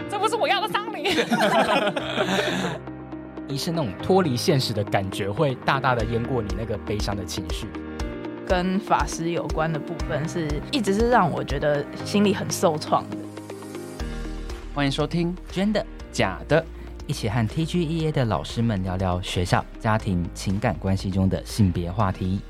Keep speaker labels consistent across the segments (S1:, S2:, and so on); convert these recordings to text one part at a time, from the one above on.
S1: 这不是我要的丧礼。
S2: 仪式那种脱离现实的感觉，会大大的淹过你那个悲伤的情绪。
S3: 跟法师有关的部分一直是让我觉得心里很受创的。
S1: 欢迎收听
S2: 真的
S1: 假的，
S2: 一起和 TGEA 的老师们聊聊学校、家庭、情感关系中的性别话题。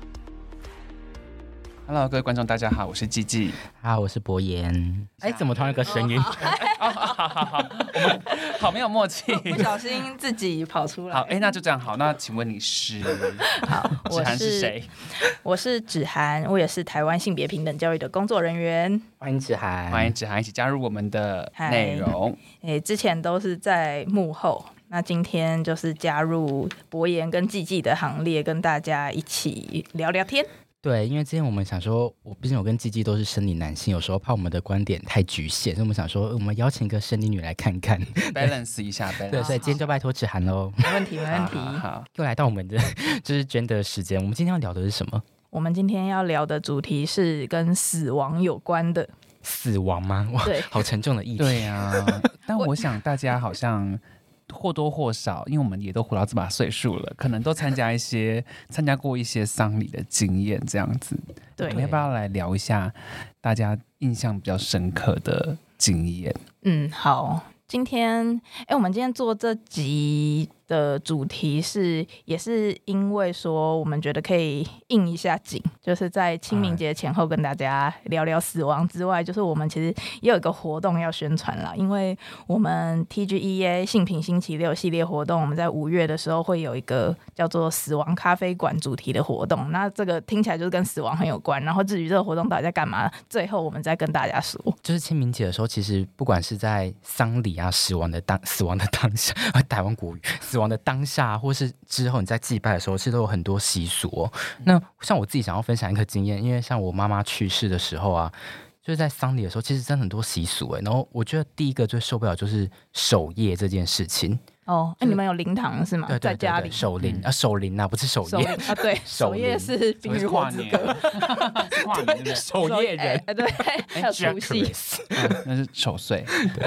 S1: Hello， 各位观众，大家好，我是季季。
S2: 我是博言。怎么突然有个声音？
S1: 好，我们好没有默契，
S3: 不小心自己跑出来。
S1: 好，那就这样好。那请问你是？
S3: 好，
S1: 芷涵是谁？
S3: 我是芷涵，我也是台湾性别平等教育的工作人员。
S2: 欢迎芷涵，
S1: 欢迎芷涵一起加入我们的内容。
S3: 之前都是在幕后。那今天就是加入博言跟季季的行列，跟大家一起聊聊天。
S2: 对，因为之前我们想说，毕竟我跟季季都是生理男性，有时候怕我们的观点太局限，所以我们想说，我们邀请一个生理女来看看
S1: ，balance 一下。
S2: 对，所以今天就拜托芷涵喽。
S3: 没问题，没问题。
S2: 好，又来到我们的就是 gender 时间，我们今天要聊的是什么？
S3: 我们今天要聊的主题是跟死亡有关的。
S2: 死亡吗？哇，
S3: 对，
S2: 好沉重的议题。
S1: 对啊，但我想大家好像或多或少，因为我们也都活到这把岁数了，可能都参加过一些丧礼的经验，这样子。
S3: 对，
S1: 我们要不要来聊一下大家印象比较深刻的经验？
S3: 好。今天，我们今天做这集的主题也是因为说，我们觉得可以应一下景，就是在清明节前后跟大家聊聊死亡之外，就是我们其实也有一个活动要宣传啦，因为我们 TGEA 性平星期六系列活动，我们在5月的时候会有一个叫做死亡咖啡馆主题的活动，那这个听起来就是跟死亡很有关，然后至于这个活动到底在干嘛，最后我们再跟大家说。
S2: 就是清明节的时候，其实不管是在丧礼死亡的当下，台湾国语死亡的当下，或是之后你在祭拜的时候，其实都有很多习俗哦。那像我自己想要分享一个经验，因为像我妈妈去世的时候啊，就是在丧礼的时候，其实真的很多习俗然后我觉得第一个最受不了就是守夜这件事情。
S3: 你们有灵堂是吗？
S2: 对，
S3: 在家里
S2: 守灵守灵不是守夜
S3: 对，守夜是冰与火之歌，
S2: 对，守夜人，
S3: 对，还有除夕，
S1: 那是守岁，对。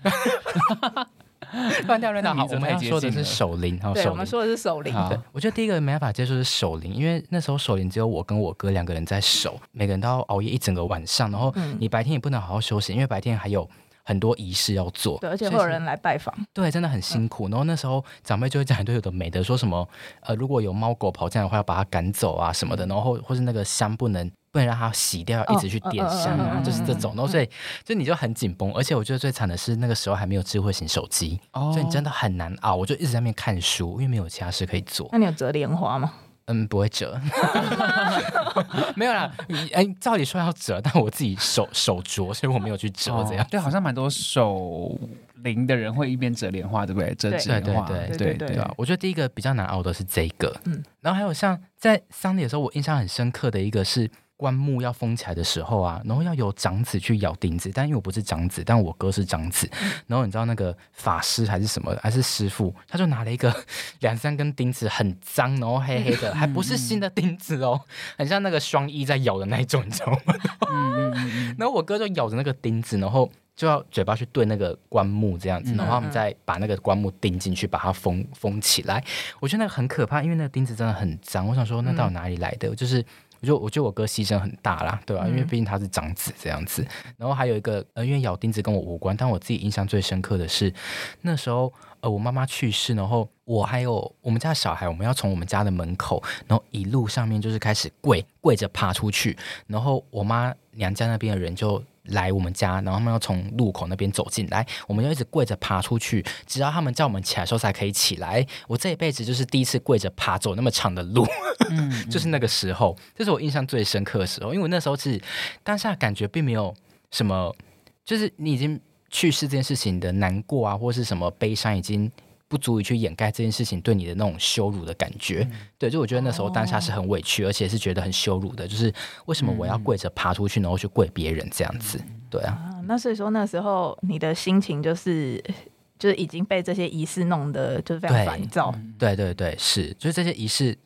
S2: 乱掉。好，我们要说的是守灵，
S3: 对，我们说的是守灵。
S2: 对，我觉得第一个没办法接受是守灵，因为那时候守灵只有我跟我哥2个人在守，每个人都要熬夜一整个晚上，然后你白天也不能好好休息，因为白天还有很多仪式要做，
S3: 对，而且会有人来拜访，
S2: 对，真的很辛苦。然后那时候长辈就会讲很多有的没的，说什么如果有猫狗跑进来的话，要把它赶走啊什么的，然后或是那个香不能让它洗掉，要一直去点香啊，就是这种。然后所以就你就很紧绷，而且我觉得最惨的是那个时候还没有智慧型手机，所以你真的很难熬。我就一直在那边看书，因为没有其他事可以做。
S3: 那你有折莲花吗？
S2: 不会折。没有啦，照理说要折，但我自己手镯，所以我没有去折这样。
S1: 对，好像蛮多守灵的人会一边折莲花，对不对？折纸莲花，
S3: 对
S2: 啊。我觉得第一个比较难熬的是这个，然后还有像在丧礼的时候，我印象很深刻的一个是棺木要封起来的时候啊，然后要有长子去咬钉子，但因为我不是长子，但我哥是长子，然后你知道那个法师还是什么还是师傅，他就拿了一个2-3根钉子，很脏，然后黑黑的，还不是新的钉子哦，很像那个双翼在咬的那一种，你知道吗？然后我哥就咬着那个钉子，然后就要嘴巴去对那个棺木这样子，然后他们再把那个棺木钉进去，把它封起来。我觉得那个很可怕，因为那个钉子真的很脏。我想说，那到底哪里来的？我觉得我哥牺牲很大啦，对吧？因为毕竟他是长子这样子。然后还有一个因为咬钉子跟我无关，但我自己印象最深刻的是那时候我妈妈去世，然后我还有我们家的小孩，我们要从我们家的门口，然后一路上面就是开始跪着爬出去，然后我妈娘家那边的人就来我们家，然后他们要从路口那边走进来，我们就一直跪着爬出去，直到他们叫我们起来的时候才可以起来。我这一辈子就是第一次跪着爬走那么长的路，就是那个时候，这是我印象最深刻的时候。因为我那时候是当下感觉并没有什么，就是你已经去世这件事情的难过啊，或是什么悲伤已经不足以去掩盖这件事情对你的那种羞辱的感觉。对，就我觉得那时候当下是很委屈，而且是觉得很羞辱的，就是为什么我要跪着爬出去，然后去跪别人这样子。对啊，
S3: 那所以说那时候你的心情就是已经被这些仪式弄得就是非常烦躁。
S2: 对对对，是，就是这些仪式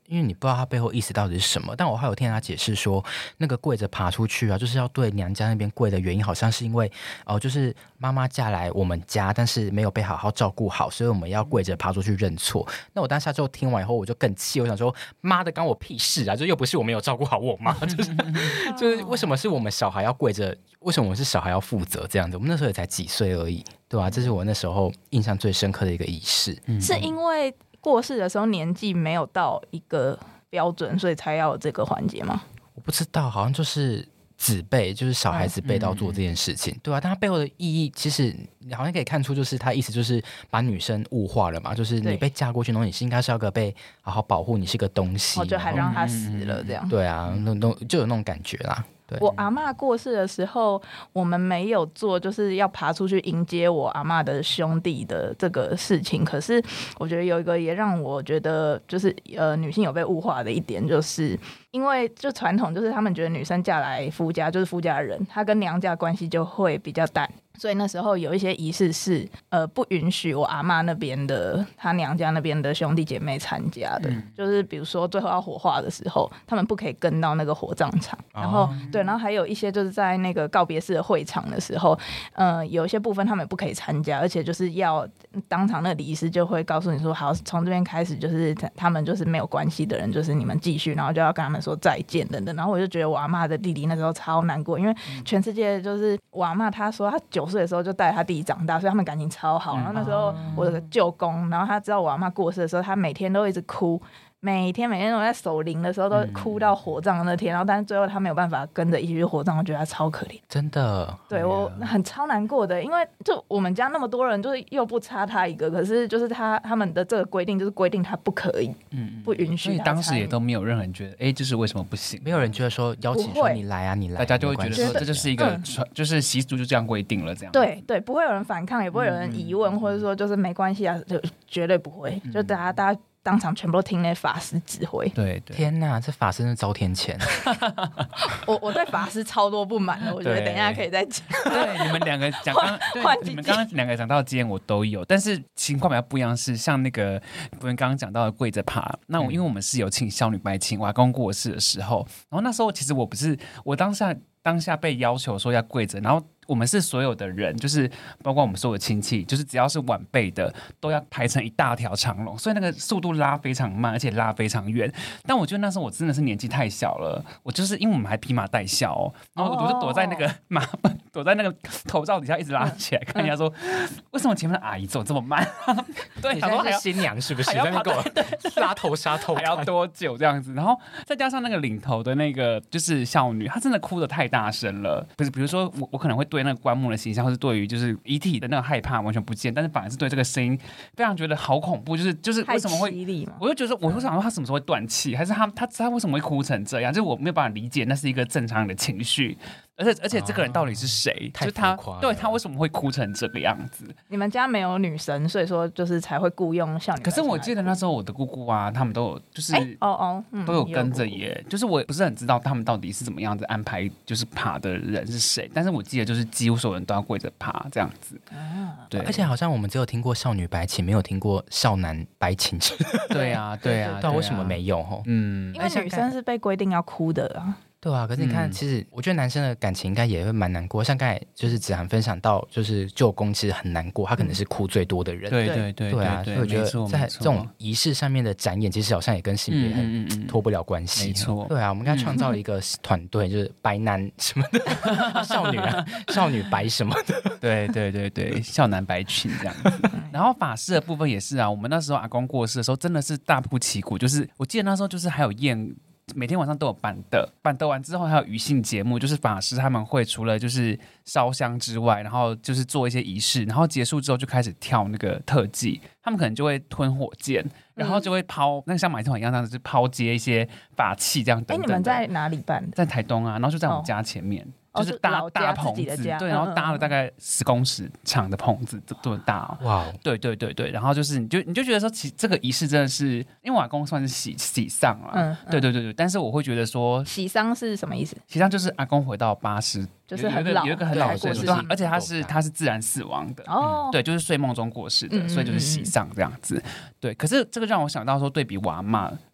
S2: 因为你不知道他背后意思到底是什么。但我还有听他解释说，那个跪着爬出去啊，就是要对娘家那边跪的原因，好像是因为就是妈妈嫁来我们家，但是没有被好好照顾好，所以我们要跪着爬出去认错。那我当下就听完以后，我就更气，我想说，妈的，干我屁事啊！就又不是我没有照顾好我妈，就是为什么是我们小孩要跪着？为什么我们是小孩要负责这样子？我们那时候也才几岁而已，对啊，这是我那时候印象最深刻的一个仪式。
S3: 是因为过世的时候年纪没有到一个标准，所以才要有这个环节吗？
S2: 我不知道，好像就是子辈，就是小孩子辈到做这件事情，对啊，但它背后的意义，其实你好像可以看出，就是他意思就是把女生物化了嘛，就是你被嫁过去，然后你是应该是要个被好好保护，你是个东西，
S3: 就还让他死了这样。
S2: 对啊，就有那种感觉啦。对，
S3: 我阿嬷过世的时候，我们没有做就是要爬出去迎接我阿嬷的兄弟的这个事情。可是我觉得有一个也让我觉得就是女性有被物化的一点，就是因为就传统就是他们觉得女生嫁来夫家就是夫家人，她跟娘家关系就会比较淡。所以那时候有一些仪式是不允许我阿嬷那边的她娘家那边的兄弟姐妹参加的，就是比如说最后要火化的时候，他们不可以跟到那个火葬场，然后对，然后还有一些就是在那个告别式的会场的时候，有一些部分他们也不可以参加，而且就是要当场那个礼仪师就会告诉你说，好，从这边开始就是他们就是没有关系的人，就是你们继续，然后就要跟他们说再见等等。然后我就觉得我阿嬷的弟弟那时候超难过，因为全世界就是我阿嬷她说她9岁的时候就带他弟弟长大，所以他们感情超好。然后那时候我的舅公，然后他知道我阿嬷过世的时候，他每天都一直哭，每天都在守灵的时候都哭到火葬的那天，然后但是最后他没有办法跟着一起去火葬，我觉得他超可怜，
S2: 真的，
S3: 对我很超难过的，因为就我们家那么多人，就是又不差他一个，可是就是他们的这个规定就是规定他不可以，不允许他参与，
S1: 所以当时也都没有任何人觉得，就是为什么不行？
S2: 没有人觉得说邀请说你来啊，你来，
S1: 大家就会觉得说这就是一个就是习俗就这样规定了，这样
S3: 对对，不会有人反抗，也不会有人疑问，或者说就是没关系啊，就绝对不会，就大家当场全部都听那法师指挥。
S1: 对，
S2: 天哪，这法师是遭天谴。
S3: 我对法师超多不满的，我觉得等一下可以再讲。
S1: 对，你们两个讲你们刚刚两个讲到今天我都有，但是情况比较不一样，是像那个我们刚刚讲到的跪着爬，那因为我们是有请少女白请，我阿公过世的时候，然后那时候其实我当下被要求说要跪着，然后我们是所有的人，就是包括我们所有的亲戚，就是只要是晚辈的都要排成一大条长龙，所以那个速度拉非常慢，而且拉非常远。但我觉得那时候我真的是年纪太小了，我就是因为我们还披麻戴孝然后我就躲在那个躲在那个头罩底下一直拉起来，看人家说为什么前面的阿姨走这么慢？对，
S2: 你现在是新娘是不是？在那个拉头纱头
S1: 还要多久这样子？然后再加上那个领头的那个就是少女，她真的哭得太大声了。不是，比如说我可能会对那个棺木的形象，或是对于就是遗体的那个害怕完全不见，但是反而是对这个声音非常觉得好恐怖，就是为什么会？我就觉得我会想说他什么时候会断气，还是他为什么会哭成这样？就是我没有办法理解，那是一个正常的情绪。而且这个人到底是谁？就是他，对他为什么会哭成这个样子？
S3: 你们家没有女神，所以说就是才会雇佣少女。
S1: 可是我记得那时候我的姑姑啊，他们都有就是都有跟着耶。就是我不是很知道他们到底是怎么样子安排，就是爬的人是谁。但是我记得就是几乎所有人都要跪着爬这样子。对，
S2: 而且好像我们只有听过少女白琴，没有听过少男白琴。
S1: 对啊，对啊，
S2: 为什么没有？
S3: 因为女生是被规定要哭的啊。
S2: 对啊，可是你看，其实我觉得男生的感情应该也会蛮难过。像刚才就是子涵分享到，就是舅公其实很难过，他可能是哭最多的人。
S1: 对
S2: 啊，所以我觉得在这种仪式上面的展演，其实好像也跟性别很脱不了关系。
S1: 没错，
S2: 对啊，我们刚才创造了一个团队，就是白男什么的，少女白什么的。
S1: 对，少男白裙这样子。然后法事的部分也是啊，我们那时候阿公过世的时候，真的是大扑旗鼓，就是我记得那时候就是还有每天晚上都有板德完之后还有余兴节目，就是法师他们会除了就是烧香之外，然后就是做一些仪式，然后结束之后就开始跳那个特技，他们可能就会吞火箭，然后就会抛那个像马戏团一样，就是抛接一些法器这样等等的。
S3: 你们在哪里办的？
S1: 在台东啊，然后就在我们家前面。就是大棚子，对，然后搭了大概10公尺长的棚子，这么大
S2: 哇！
S1: 对，然后就是你就觉得说，其实这个仪式真的是，因为我阿公算是喜丧了，对，但是我会觉得说，
S3: 喜丧是什么意思？
S1: 喜丧就是阿公回到80。
S3: 就是很老，
S1: 有一个很老的岁数，而且他是自然死亡的，对，就是睡梦中过世的，所以就是喜丧这样子。对，可是这个让我想到说，对比我阿嬷，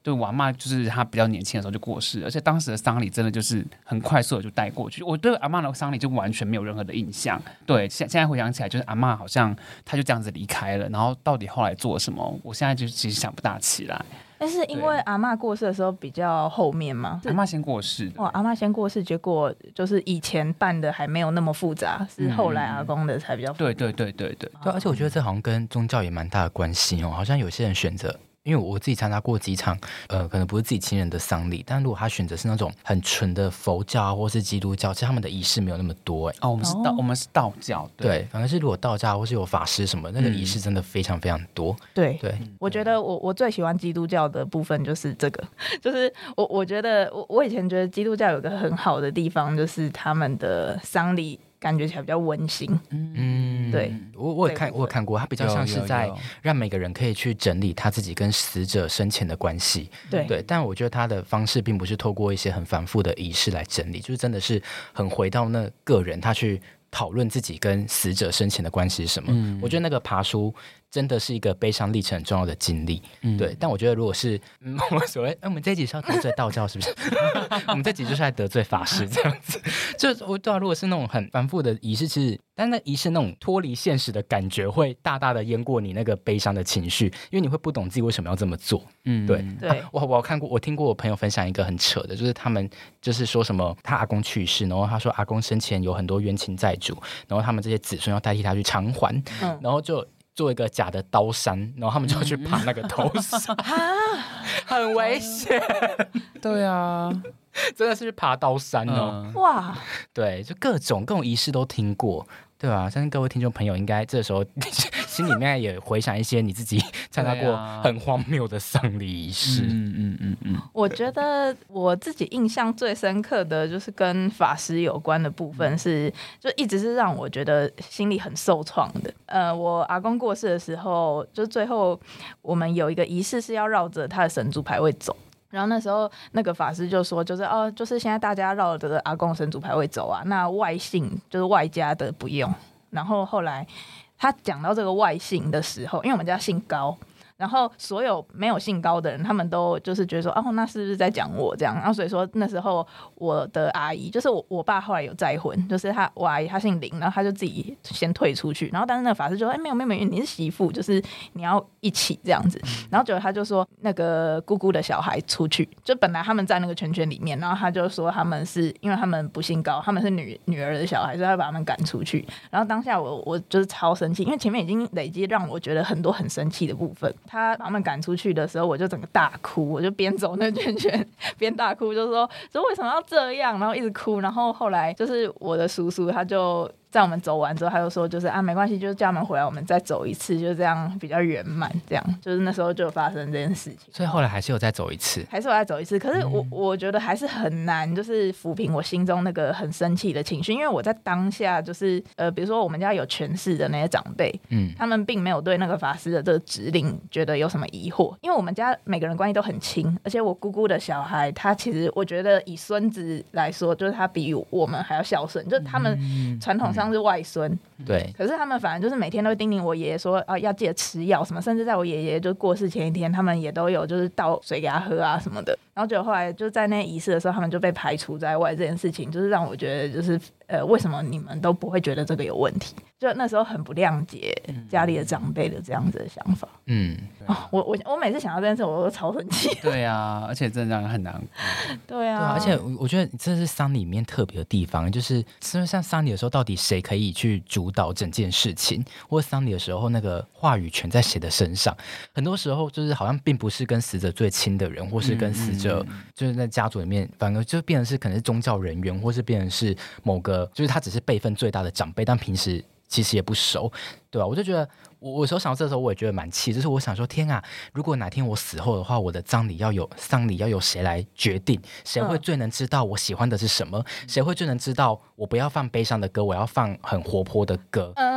S1: 对我阿嬷就是她比较年轻的时候就过世了，而且当时的丧礼真的就是很快速的就带过去，我对阿嬷的丧礼就完全没有任何的印象。对，现在回想起来，就是阿嬷好像她就这样子离开了，然后到底后来做了什么，我现在就其实想不大起来。
S3: 但是因为阿嬷过世的时候比较后面嘛，
S1: 阿嬷先过世的。
S3: 哇，阿嬷先过世，结果就是以前办的还没有那么复杂，是后来阿公的才比较复杂。
S1: 对，
S2: 而且我觉得这好像跟宗教也蛮大的关系哦，好像有些人选择。因为我自己参加过几场，可能不是自己亲人的丧礼，但如果他选择是那种很纯的佛教啊，或是基督教，其实他们的仪式没有那么多
S1: 哦，我们是道教，
S2: 对，反而是如果道教或是有法师什么，那个仪式真的非常非常多。
S3: 对，我觉得我最喜欢基督教的部分就是这个，就是我觉得我以前觉得基督教有个很好的地方，就是他们的丧礼感觉起来比较温馨。对，
S2: 我有看过，它比较像是在让每个人可以去整理他自己跟死者生前的关系。对，但我觉得他的方式并不是透过一些很繁复的仪式来整理，就是真的是很回到那个人他去讨论自己跟死者生前的关系是什么。我觉得那个爬书真的是一个悲伤历程很重要的经历。对，但我觉得如果是我所谓我们这一集是要得罪道教是不是？我们这集就是在得罪法师这样子。就我对啊，如果是那种很繁复的仪式，其实但那仪式那种脱离现实的感觉会大大的淹过你那个悲伤的情绪，因为你会不懂自己为什么要这么做。对。我看过，我听过我朋友分享一个很扯的，就是他们就是说什么他阿公去世，然后他说阿公生前有很多冤亲债主，然后他们这些子孙要代替他去偿还，然后就做一个假的刀山，然后他们就去爬那个头山，很危险。
S1: 对啊，
S2: 真的是去爬刀山哦。
S3: 哇，
S2: 对，就各种仪式都听过。对吧？相信各位听众朋友应该这时候心里面也回想一些你自己参加过很荒谬的丧礼仪式。
S3: 我觉得我自己印象最深刻的就是跟法师有关的部分是，就一直是让我觉得心里很受创的。我阿公过世的时候，就最后我们有一个仪式是要绕着他的神主牌位走。然后那时候那个法师就说，就是现在大家绕着阿公神主牌位走啊，那外姓就是外家的不用。然后后来他讲到这个外姓的时候，因为我们家姓高，然后所有没有姓高的人，他们都就是觉得说，哦，那是不是在讲我这样？然后所以说那时候我的阿姨，就是我爸后来有再婚，就是我阿姨她姓林，然后她就自己先退出去，然后但是那个法师就说，没有，你是媳妇，就是你要一起这样子。然后结果他就说那个姑姑的小孩出去，就本来他们在那个圈圈里面，然后他就说他们是因为他们不姓高，他们是女儿的小孩，所以他把他们赶出去。然后当下我就是超生气，因为前面已经累积让我觉得很多很生气的部分。他把他们赶出去的时候，我就整个大哭，我就边走那圈圈边大哭，就说为什么要这样，然后一直哭。然后后来就是我的叔叔他就在我们走完之后，他就说就是没关系，就是叫他们回来，我们再走一次，就这样比较圆满。这样就是那时候就发生这件事情，
S2: 所以后来还是有再走一次，
S3: 还是有再走一次。可是我觉得还是很难，就是抚平我心中那个很生气的情绪，因为我在当下就是比如说我们家有权势的那些长辈，他们并没有对那个法师的这个指令觉得有什么疑惑，因为我们家每个人关系都很亲，而且我姑姑的小孩，他其实我觉得以孙子来说，就是他比我们还要孝顺，就是他们传统上是外孙，
S2: 对，
S3: 可是他们反正就是每天都叮咛我爷爷说要记得吃药什么，甚至在我爷爷就过世前一天，他们也都有就是倒水给他喝啊什么的。然后结果后来就在那仪式的时候，他们就被排除在外，这件事情就是让我觉得就是为什么你们都不会觉得这个有问题？就那时候很不谅解家里的长辈的这样子的想法。我每次想到这件事，我都超生气。
S1: 对啊，而且真的让人很难过。
S3: 对啊，
S2: 而且我觉得这是丧礼里面特别的地方，就是像丧礼的时候，到底谁可以去主导整件事情，或者丧礼的时候那个话语权在谁的身上？很多时候就是好像并不是跟死者最亲的人，或是跟死者就是在家族里面，反而就变成是可能是宗教人员，或是变成是某个就是他只是辈分最大的长辈，但平时其实也不熟，对吧？我就觉得我有时候想到这时候，我也觉得蛮气，就是我想说，天啊，如果哪天我死后的话，我的丧礼要由谁来决定？谁会最能知道我喜欢的是什么？谁会最能知道我不要放悲伤的歌，我要放很活泼的歌？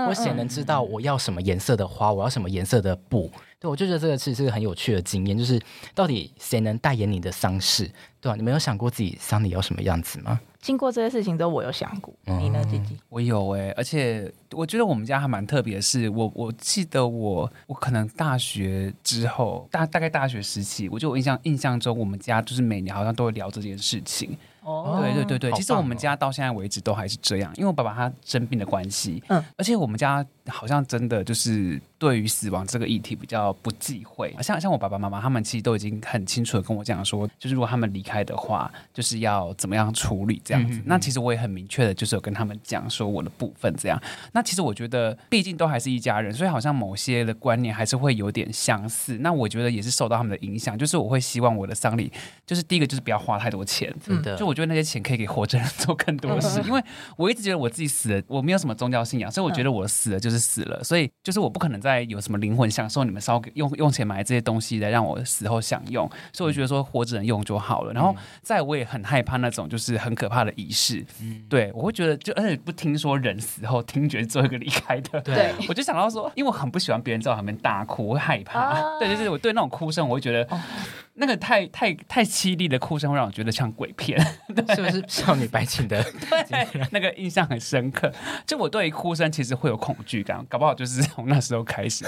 S2: 或者谁能知道我要什么颜色的花，我要什么颜色的布。对，我就觉得这个其实是个很有趣的经验，就是到底谁能代言你的丧事，对吧？你们有想过自己丧礼要什么样子吗？
S3: 经过这些事情之后，我有想过。你呢，吉吉？
S1: 我有而且我觉得我们家还蛮特别的是，我记得我可能大学之后，大概大学时期，我印象中，我们家就是每年好像都会聊这件事情。对，其实我们家到现在为止都还是这样，因为我爸爸他生病的关系，而且我们家好像真的就是对于死亡这个议题比较不忌讳，像我爸爸妈妈他们其实都已经很清楚的跟我讲说，就是如果他们离开的话，就是要怎么样处理这样子。那其实我也很明确的，就是有跟他们讲说我的部分这样。那其实我觉得，毕竟都还是一家人，所以好像某些的观念还是会有点相似。那我觉得也是受到他们的影响，就是我会希望我的丧礼，就是第一个就是不要花太多钱，就我觉得那些钱可以给活着人做更多事，因为我一直觉得我自己死了，我没有什么宗教信仰，所以我觉得我死了就是死了，所以就是我不可能再有什么灵魂享受你们烧用钱买这些东西来让我死后享用，所以我觉得说活着人用就好了。然后再我也很害怕那种就是很可怕的仪式，对我会觉得而且不听说人死后听觉是最后一个离开的，
S3: 对，
S1: 我就想到说，因为我很不喜欢别人在我旁边大哭，我会害怕，对，就是我对那种哭声，我会觉得。那个太凄厉的哭声会让我觉得像鬼片，
S2: 是不是少女白情的？
S1: 对，那个印象很深刻。就我对哭声其实会有恐惧感，搞不好就是从那时候开始。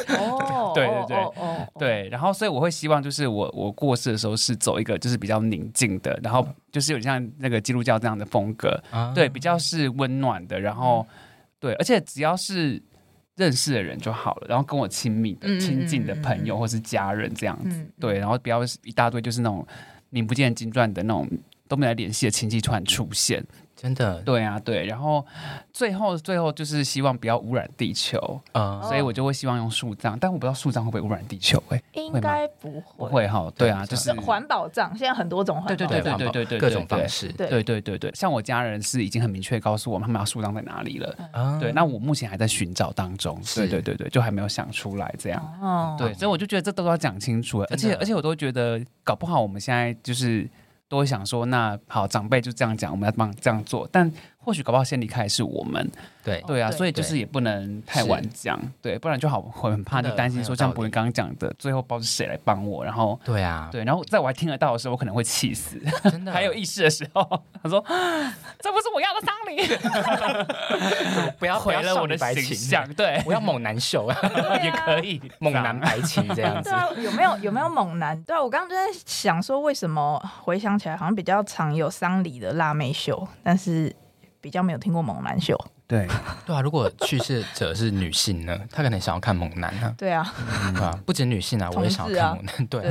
S1: 对，然后所以我会希望就是我过世的时候是走一个就是比较宁静的，然后就是有像那个基督教这样的风格，对，比较是温暖的，然后对，而且只要是。认识的人就好了，然后跟我亲密的、亲近的朋友或是家人这样子，对，然后不要一大堆就是那种名不见经传的那种都没来联系的亲戚突然出现，
S2: 真的，
S1: 对啊，对，然后最后就是希望不要污染地球，所以我就会希望用树葬，但我不知道树葬会不会污染地球，
S3: 应该不会，
S1: 不会哈，对啊，就是
S3: 环保葬，现在很多种环保葬，
S1: 对，
S2: 各种方式，
S1: 对，像我家人是已经很明确告诉我们他们要树葬在哪里了，对，那我目前还在寻找当中，对，就还没有想出来这样，对，所以我就觉得这都要讲清楚，而且我都觉得搞不好我们现在就是都会想说，那好，长辈就这样讲，我们要帮这样做，但或许搞不好先离开的是我们，对啊，所以就是也不能太晚讲，对，不然就好会很怕，就担心说像博文刚刚讲的，最后不知道是谁来帮我，然后
S2: 对啊，
S1: 对，然后在我还听得到的时候，我可能会气死，
S2: 真的，
S1: 还有意识的时候，他说这不是我要的丧礼，不要毁了我的形象，对，
S2: 我要猛男秀
S1: 也可以，
S2: 猛男白情这样子，
S3: 对啊，有没有猛男？对啊，我刚刚就在想说，为什么回想起来好像比较常有丧礼的辣妹秀，但是比较没有听过猛男秀。
S1: 对
S2: 啊，如果去世者是女性呢，她可能想要看猛男啊。
S3: 对啊，
S2: 不止女性啊，我也想要看猛男。对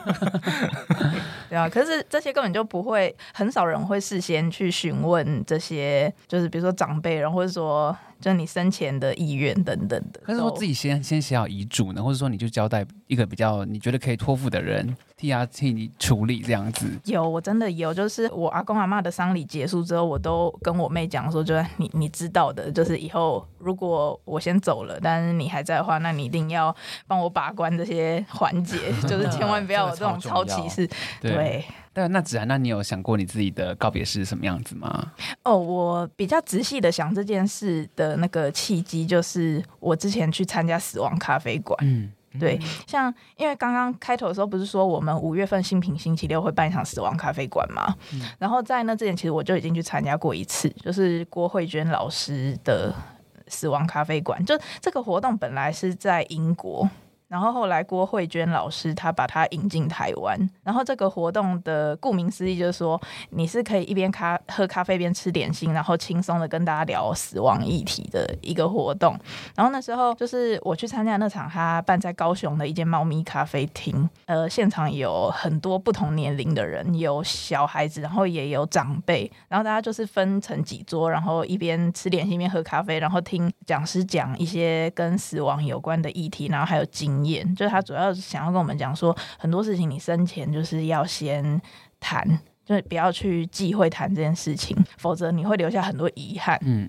S3: 啊，可是这些根本就不会，很少人会事先去询问这些，就是比如说长辈人，或者说就是你生前的意愿等等的。
S1: 可是说自己先写好遗嘱呢，或者说你就交代一个比较你觉得可以托付的人替你处理这样子。
S3: 我真的有，就是我阿公阿嬷的丧礼结束之后，我都跟我妹讲说，就是你知道的，就是以后如果我先走了，但是你还在的话，那你一定要帮我把关这些环节，就是千万不要有这种超歧视。
S1: 对，那芷涵，那你有想过你自己的告别式是什么样子吗？
S3: 我比较仔细的想这件事的那个契机，就是我之前去参加死亡咖啡馆。对，像因为刚刚开头的时候不是说我们5月份新品星期六会办一场死亡咖啡馆嘛，然后在那之前其实我就已经去参加过一次，就是郭慧娟老师的死亡咖啡馆。就这个活动本来是在英国，然后后来郭慧娟老师她把它引进台湾，然后这个活动的顾名思义就是说你是可以一边喝咖啡边吃点心，然后轻松的跟大家聊死亡议题的一个活动。然后那时候就是我去参加那场，他办在高雄的一间猫咪咖啡厅，现场有很多不同年龄的人，有小孩子，然后也有长辈，然后大家就是分成几桌，然后一边吃点心一边喝咖啡，然后听讲师讲一些跟死亡有关的议题，然后还有经验，就是他主要想要跟我们讲说，很多事情你生前就是要先谈，就是不要去忌讳谈这件事情，否则你会留下很多遗憾。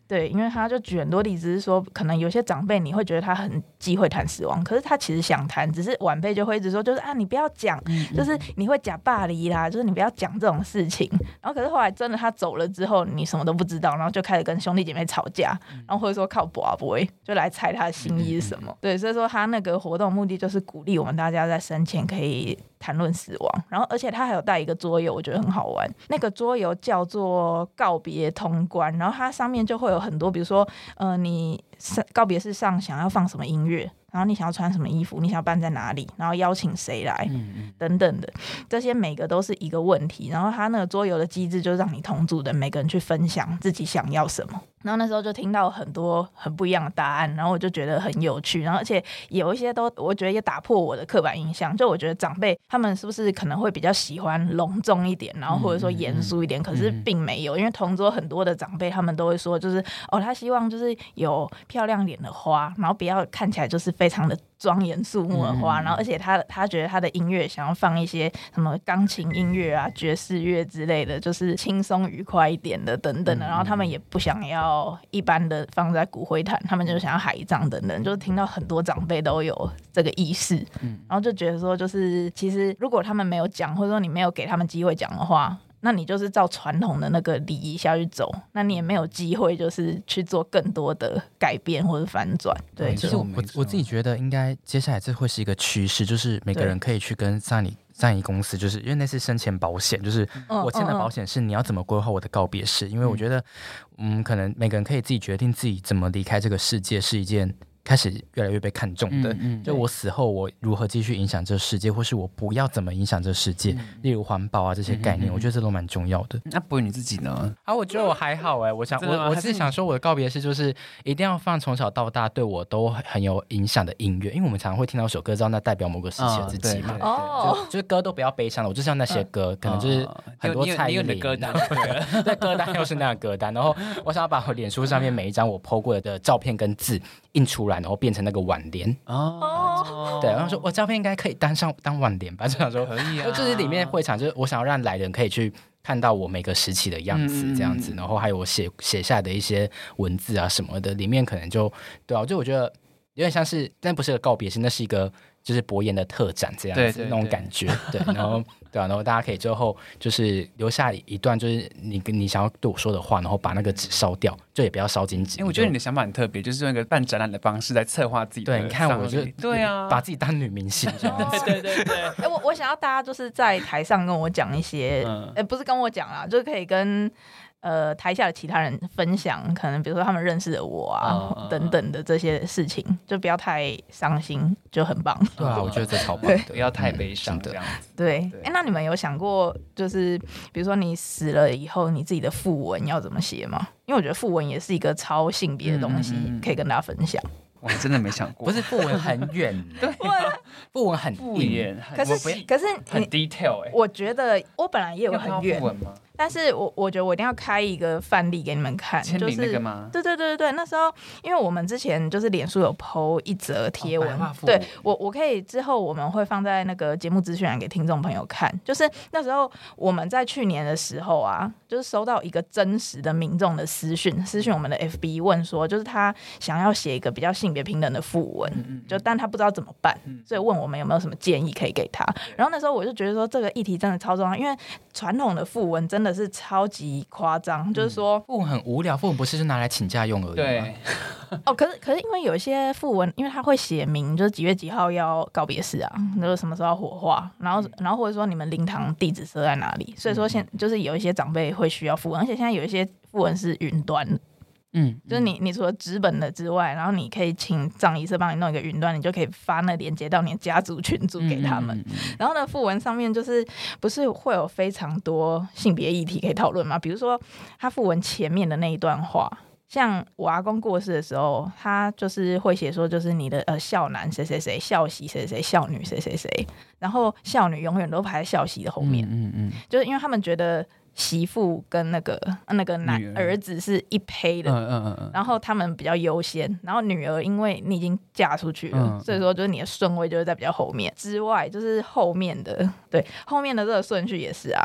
S3: 对，因为他就举很多例子是说，可能有些长辈你会觉得他很忌讳谈死亡，可是他其实想谈，只是晚辈就会一直说，就是你不要讲，就是你会假霸离啦，就是你不要讲这种事情。然后可是后来真的他走了之后，你什么都不知道，然后就开始跟兄弟姐妹吵架，然后或者说靠博不会就来猜他的心意是什么。对，所以说他那个活动目的就是鼓励我们大家在生前可以谈论死亡，然后而且他还有带一个桌游，我觉得很好玩。那个桌游叫做告别通关，然后它上面就会有很多，比如说你告别式上想要放什么音乐，然后你想要穿什么衣服，你想要办在哪里，然后邀请谁来，等等的，这些每个都是一个问题。然后他那个桌游的机制就让你同组的每个人去分享自己想要什么。然后那时候就听到很多很不一样的答案，然后我就觉得很有趣，然后而且有一些都我觉得也打破我的刻板印象，就我觉得长辈他们是不是可能会比较喜欢隆重一点，然后或者说严肃一点，可是并没有，因为同桌很多的长辈他们都会说，就是他希望就是有漂亮脸的花，然后不要看起来就是非常的庄严肃穆的花，然后而且他觉得他的音乐想要放一些什么钢琴音乐啊、爵士乐之类的，就是轻松愉快一点的等等的，然后他们也不想要一般的放在骨灰坛，他们就想要海葬等等，就是听到很多长辈都有这个意识，然后就觉得说，就是其实如果他们没有讲，或者说你没有给他们机会讲的话，那你就是照传统的那个礼仪下去走，那你也没有机会就是去做更多的改变或者反转。对，
S2: 其实我自己觉得应该接下来这会是一个趋势，就是每个人可以去跟葬仪公司，就是因为那是生前保险，就是我签的保险是你要怎么规划我的告别式，因为我觉得可能每个人可以自己决定自己怎么离开这个世界，是一件开始越来越被看重的，就我死后我如何继续影响这个世界，或是我不要怎么影响这个世界，例如环保啊这些概念，我觉得这都蛮重要的。
S1: 那不会你自己呢？
S2: 我觉得我还好我是想说我的告别式就是一定要放从小到大对我都很有影响的音乐，因为我们常常会听到一首歌，知道那代表某个时期的自己嘛，就是歌都不要悲伤的，我就是要那些歌，可能就是很多蔡依林的歌单，对，歌单又是那样的歌单，然后我想要把我脸书上面每一张我 po 过的照片跟字印出来，然后变成那个挽联对，然后说我照片应该可以当挽联吧，就想说可以啊，就是里面会场就是我想要让来人可以去看到我每个时期的样子这样子，然后还有我写下的一些文字啊什么的，里面可能就对啊，就我觉得有点像是，但不是个告别式，那是一个就是博研的特展这样子，那种感觉，对，然后对啊，然后大家可以最后就是留下一段就是你想要对我说的话，然后把那个纸烧掉，就也不要烧金纸。
S1: 我觉得你的想法很特别，就是用一个办展览的方式来策划自己的。
S2: 对，你看我就
S1: 对啊，
S2: 把自己当女明星这样子。
S3: 对。我想要大家就是在台上跟我讲一些，不是跟我讲啦，就是可以跟台下的其他人分享，可能比如说他们认识的我啊等等的这些事情，就不要太伤心，就很棒。
S2: 对啊，我觉得这超棒的，
S1: 不要太悲伤这样子。
S3: 对，那你们有想过，就是比如说你死了以后，你自己的讣文要怎么写吗？因为我觉得讣文也是一个超性别的东西，可以跟大家分享。
S1: 我真的没想过，
S2: 不是讣文很远，对，讣文很硬，
S3: 可是
S1: 很 detail
S3: 我觉得我本来也有很远
S1: 吗？
S3: 但是我觉得我一定要开一个范例给你们看，
S1: 签名那个吗？
S3: 对，那时候因为我们之前就是脸书有 po 一则贴文，对我可以之后我们会放在那个节目资讯栏给听众朋友看，就是那时候我们在去年的时候啊，就是收到一个真实的民众的私讯我们的 FB 问说，就是他想要写一个比较性别平等的讣文，但他不知道怎么办，所以问我们有没有什么建议可以给他。然后那时候我就觉得说这个议题真的超重要，因为传统的讣文真的是超级夸张，就是说
S2: 讣文很无聊，讣文不是就拿来请假用而已吗？
S1: 对。
S3: 可是因为有一些讣文，因为他会写明就是几月几号要告别式啊，就是什么时候要火化，然后或者说你们灵堂地址设在哪里，所以说就是有一些长辈会需要讣文，而且现在有一些讣文是云端的。就是你除了纸本的之外，然后你可以请葬仪社帮你弄一个云端，你就可以发那连接到你的家族群组给他们。然后呢，讣文上面就是不是会有非常多性别议题可以讨论吗？比如说他讣文前面的那一段话，像我阿公过世的时候，他就是会写说，就是你的孝男谁谁谁，孝媳谁谁谁，孝女谁谁谁，然后孝女永远都排在孝媳的后面。就是因为他们觉得媳妇跟那个儿子是一胚的，然后他们比较优先，然后女儿因为你已经嫁出去了，所以说就是你的顺位就是在比较后面之外，就是后面的这个顺序也是啊。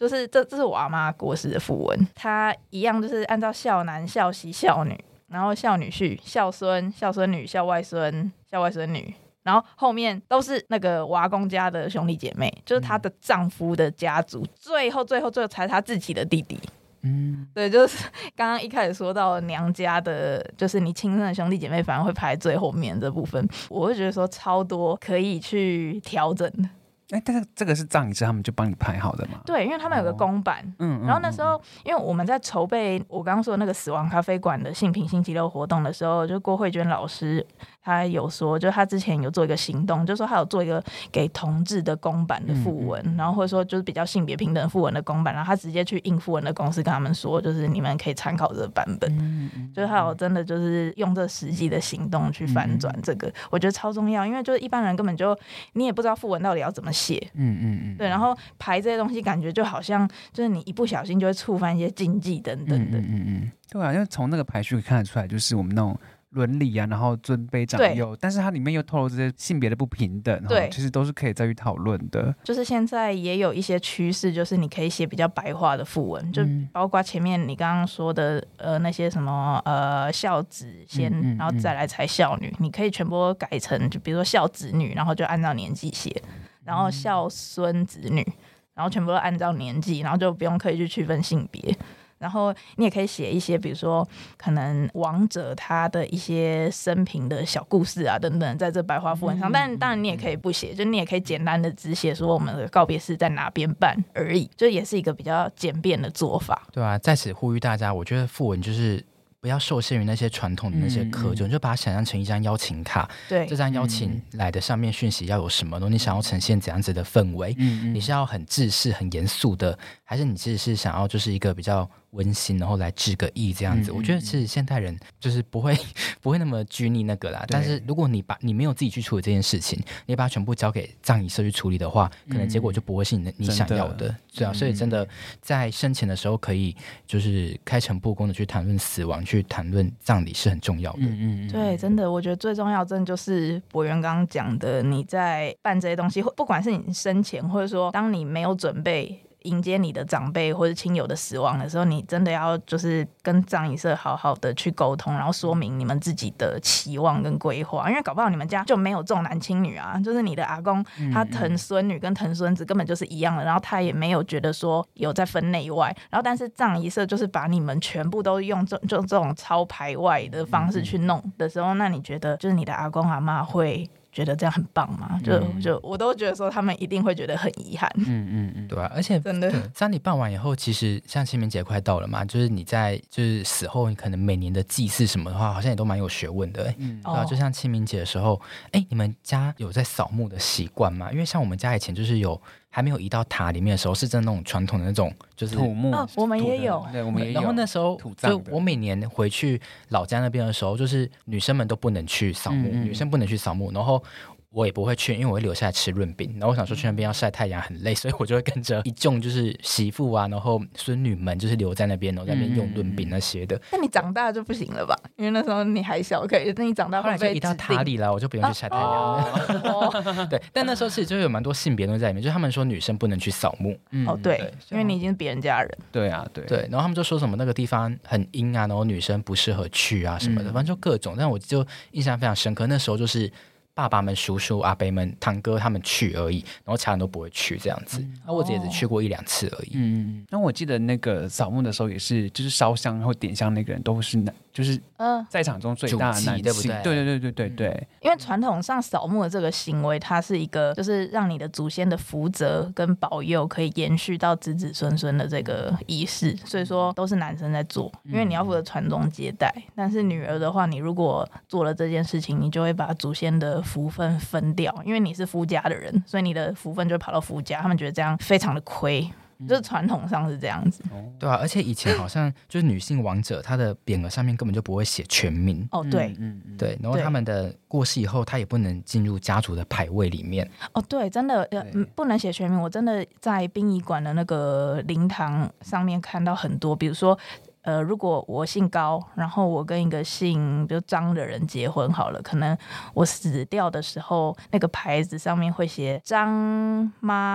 S3: 就是这是我阿妈过世的符文，它一样就是按照孝男、孝媳、孝女，然后孝女婿、孝孙、孝孙女、孝外孙、孝外孙女，然后后面都是那个我阿公家的兄弟姐妹，就是她的丈夫的家族，最后才是她自己的弟弟。对，就是刚刚一开始说到娘家的，就是你亲生的兄弟姐妹反而会排最后面这部分，我会觉得说超多可以去调整的。
S1: 但是这个是葬仪社他们就帮你排好的吗？
S3: 对，因为他们有个公版，然后那时候因为我们在筹备我刚刚说的那个死亡咖啡馆的性平星期六活动的时候，就郭慧娟老师他有说，就他之前有做一个行动，就说他有做一个给同志的公版的符文，然后或者说就是比较性别平等符文的公版，然后他直接去印符文的公司跟他们说，就是你们可以参考这个版本，就是他有真的就是用这实际的行动去翻转这个，我觉得超重要，因为就是一般人根本就你也不知道符文到底要怎么写，对，然后排这些东西感觉就好像就是你一不小心就会触犯一些禁忌等等的，
S1: 对啊，因为从那个排序可以看得出来，就是我们那种伦理啊，然后尊卑长幼，但是它里面又透露这些性别的不平等，对，其实都是可以再去讨论的。
S3: 就是现在也有一些趋势，就是你可以写比较白话的符文，就包括前面你刚刚说的那些什么孝子先，然后再来才孝女，你可以全部改成就比如说孝子女，然后就按照年纪写，然后孝孙子女，然后全部都按照年纪，然后就不用刻意去区分性别。然后你也可以写一些比如说可能亡者他的一些生平的小故事啊等等在这白话符文上，但当然你也可以不写，就你也可以简单的只写说我们的告别式在哪边办而已，就也是一个比较简便的做法。
S2: 对啊，在此呼吁大家，我觉得符文就是不要受限于那些传统的那些科就把它想象成一张邀请卡。
S3: 对，
S2: 这张邀请来的上面讯息要有什么呢？你想要呈现怎样子的氛围？你是要很制式、很严肃的，还是你其实是想要就是一个比较温馨，然后来致个意这样子？我觉得其实现代人就是不会那么拘泥那个啦。但是如果你没有自己去处理这件事情，你把它全部交给葬仪社去处理的话，可能结果就不会是你想要的。对啊，所以真的在生前的时候可以就是开诚布公的去谈论死亡，去谈论葬礼是很重要的。
S3: 对，真的，我觉得最重要真的就是博源刚刚讲的，你在办这些东西，不管是你生前，或者说当你没有准备迎接你的长辈或者亲友的死亡的时候，你真的要就是跟葬仪社好好的去沟通，然后说明你们自己的期望跟规划，因为搞不好你们家就没有重男轻女啊，就是你的阿公他疼孙女跟疼孙子根本就是一样的，然后他也没有觉得说有在分内外，然后但是葬仪社就是把你们全部都用这种超排外的方式去弄的时候，那你觉得就是你的阿公阿嬷会觉得这样很棒吗？就我都觉得说他们一定会觉得很遗憾。
S2: 对啊，而且
S3: 真的
S2: 丧礼办完以后，其实像清明节快到了嘛，就是你在就是死后，你可能每年的祭祀什么的话，好像也都蛮有学问的。对啊，就像清明节的时候，你们家有在扫墓的习惯吗？因为像我们家以前就是有。还没有移到塔里面的时候，是真的那种传统的那种，就是
S1: 土木。
S3: 我们也有，
S1: 对，我们也有。
S2: 然后那时候，就我每年回去老家那边的时候，就是女生们都不能去扫墓，女生不能去扫墓，然后我也不会去，因为我会留下来吃润饼。然后我想说去那边要晒太阳很累，所以我就会跟着一众就是媳妇啊，然后孙女们就是留在那边，然后在那边用润饼那些的。
S3: 那你长大就不行了吧？因为那时候你还小，可以。那你长大
S2: 后来就移到塔里了，我就不用去晒太阳。对，但那时候其实就有蛮多性别东西在里面，就是他们说女生不能去扫墓。
S3: 对，因为你已经是别人家人。
S1: 对啊，对。
S2: 然后他们就说什么那个地方很阴啊，然后女生不适合去啊什么的，反正就各种。但我就印象非常深刻，那时候就是爸爸们、叔叔、阿伯们、堂哥他们去而已，然后其他人都不会去这样子。那我也只去过1-2次而已。
S1: 那我记得那个扫墓的时候也是，就是烧香或点香那个人都是男，就是在场中最大的男性，
S2: 对不对？
S1: 对。
S3: 因为传统上扫墓的这个行为，它是一个就是让你的祖先的福泽跟保佑可以延续到子子孙孙的这个仪式，所以说都是男生在做，因为你要负责传宗接代。但是女儿的话，你如果做了这件事情，你就会把祖先的福分分掉，因为你是夫家的人，所以你的福分就会跑到夫家，他们觉得这样非常的亏。就是传统上是这样子。
S2: 对啊，而且以前好像就是女性亡者，她的匾额上面根本就不会写全名。
S3: 对，
S2: 对，然后他们的过世以后，她也不能进入家族的牌位里面。
S3: 对，真的不能写全名。我真的在殡仪馆的那个灵堂上面看到很多，比如说如果我姓高，然后我跟一个姓比如张的人结婚好了，可能我死掉的时候，那个牌子上面会写张妈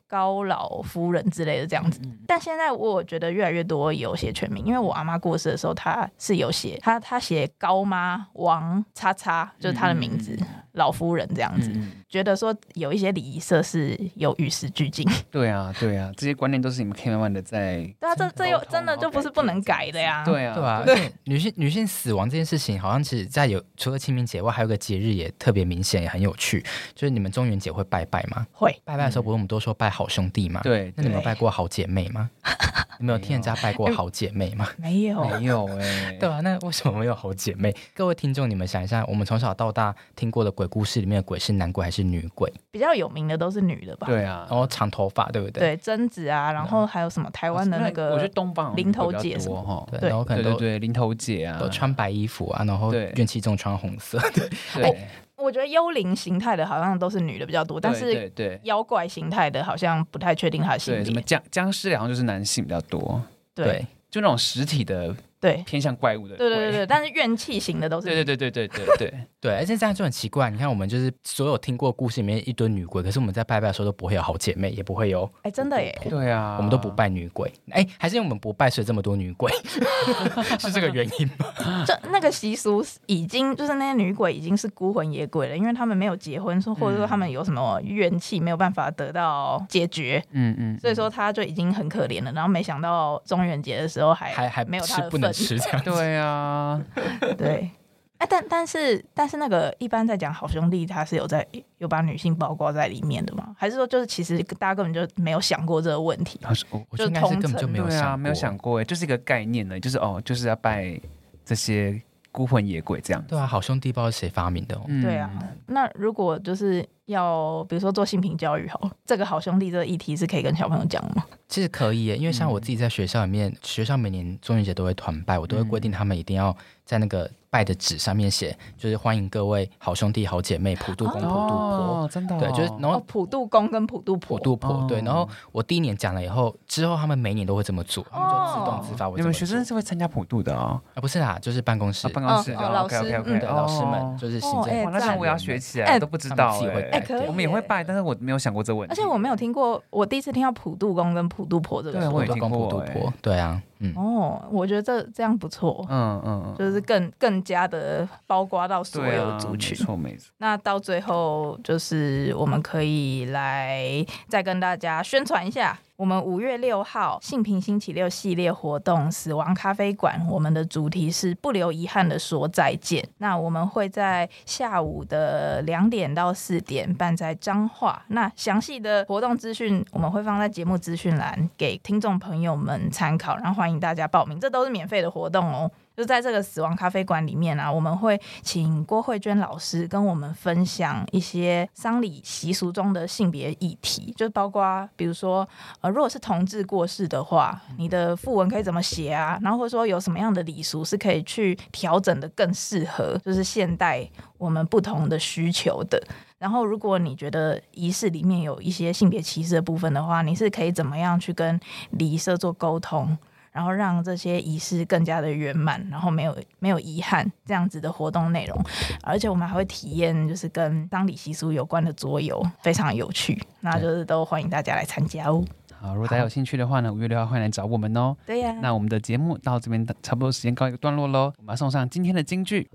S3: 高老夫人之类的这样子。但现在我觉得越来越多有写全名，因为我阿妈过世的时候，她是有写她写高妈王叉叉，就是她的名字。老夫人这样子，觉得说有一些礼仪设施有与时俱进。
S1: 对啊，对啊，这些观念都是你们可以慢慢的在。
S3: 对啊，这又真的就不是不能改的呀。
S1: 对啊，
S2: 对啊，而且女性死亡这件事情，好像其实在除了清明节外，还有个节日也特别明显，也很有趣，就是你们中元节会拜拜吗？
S3: 会。
S2: 拜拜的时候，不是我们都说拜好兄弟吗？
S1: 对。
S2: 那你们有拜过好姐妹吗？你们有听人家拜过好姐妹吗？
S3: 没有，
S1: 没有哎。
S2: 对啊，那为什么没有好姐妹？各位听众，你们想一下，我们从小到大听过的鬼故事里面的鬼是男鬼还是女鬼？
S3: 比较有名的都是女的吧？
S1: 对啊，
S2: 然后长头发，对不对？
S3: 对，贞子啊，然后还有什么台湾的那个，
S1: 我觉得东方
S3: 林头姐什么，
S2: 对，然后可能
S1: 对林头姐啊，
S2: 都穿白衣服啊，然后怨气重穿红色，
S1: 对。
S3: 我觉得幽灵形态的好像都是女的比较多，但是妖怪形态的好像不太确定她的性别。
S1: 对，什么僵尸好像就是男性比较多。
S3: 对，
S1: 就那种实体的，
S3: 对，
S1: 偏向怪物的。
S3: 对，但是怨气型的都是。
S2: 对，而且这样就很奇怪。你看，我们就是所有听过故事里面一堆女鬼，可是我们在拜拜的时候都不会有好姐妹，也不会有。
S3: 真的耶。
S1: 对啊，
S2: 我们都不拜女鬼。还是因为我们不拜，所以这么多女鬼，是这个原因吗？
S3: 就那个习俗已经就是那些女鬼已经是孤魂野鬼了，因为他们没有结婚，或者说他们有什么怨气没有办法得到解决，所以说他就已经很可怜了。然后没想到中元节的时候还没有他的份，
S2: 不能吃这样子。
S1: 对啊，
S3: 对。但是那个一般在讲好兄弟，他是有把女性包括在里面的吗？还是说就是其实大家根本就没有想过这个问题？
S2: 我觉得应该是根本就没有想过，
S1: 没有想过，就是一个概念呢，就是要拜这些孤魂野鬼这样。
S2: 对啊，好兄弟不知道是谁发明的。
S3: 对啊，那如果就是要比如说做性平教育好，这个好兄弟这个议题是可以跟小朋友讲吗？
S2: 其实可以耶，因为像我自己在学校里面，学校每年中元节都会团拜，我都会规定他们一定要在那个拜的纸上面写，就是欢迎各位好兄弟好姐妹普渡公普渡婆。
S1: 真的。
S2: 对，就是然后
S3: 普渡公跟普渡婆。
S2: 对，然后我第一年讲了以后，之后他们每年都会这么做，他们就自动自发。
S1: 你们学生是会参加普渡的哦？
S2: 不是啦，就是办公室
S3: 老师
S2: 对，老师们就是行政。
S1: 那这我要学起来，都不知道。我们也会拜，但是我没有想过这个问题。
S3: 而且我没有听过，我第一次听到普渡公跟普渡婆这个说法。
S1: 对，我也听过
S2: 普渡婆。对啊，
S3: 我觉得这样不错。就是更加的包括到所有族群。
S1: 没错。
S3: 那到最后就是我们可以来再跟大家宣传一下。我们5月6号性平星期六系列活动死亡咖啡馆，我们的主题是不留遗憾的说再见。那我们会在下午的2点到4点办在彰化，那详细的活动资讯我们会放在节目资讯栏给听众朋友们参考，然后欢迎大家报名，这都是免费的活动哦。就在这个死亡咖啡馆里面啊，我们会请郭慧娟老师跟我们分享一些丧礼习俗中的性别议题，就包括比如说如果是同志过世的话，你的讣文可以怎么写啊，然后或者说有什么样的礼俗是可以去调整的更适合就是现代我们不同的需求的。然后如果你觉得仪式里面有一些性别歧视的部分的话，你是可以怎么样去跟礼仪社做沟通，然后让这些仪式更加的圆满，然后没有遗憾，这样子的活动内容。而且我们还会体验就是跟丧礼习俗有关的桌游，非常有趣，那就是都欢迎大家来参加哦。
S1: 好，如果大家有兴趣的话呢，5月6号欢迎来找我们哦。
S3: 对呀。
S1: 那我们的节目到这边差不多时间告一个段落咯，我们要送上今天的金句。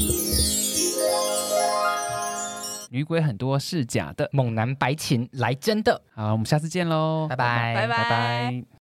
S1: 女鬼很多是假的，
S2: 猛男白琴来真的。
S1: 好，我们下次见咯，
S2: 拜拜，
S3: 拜拜。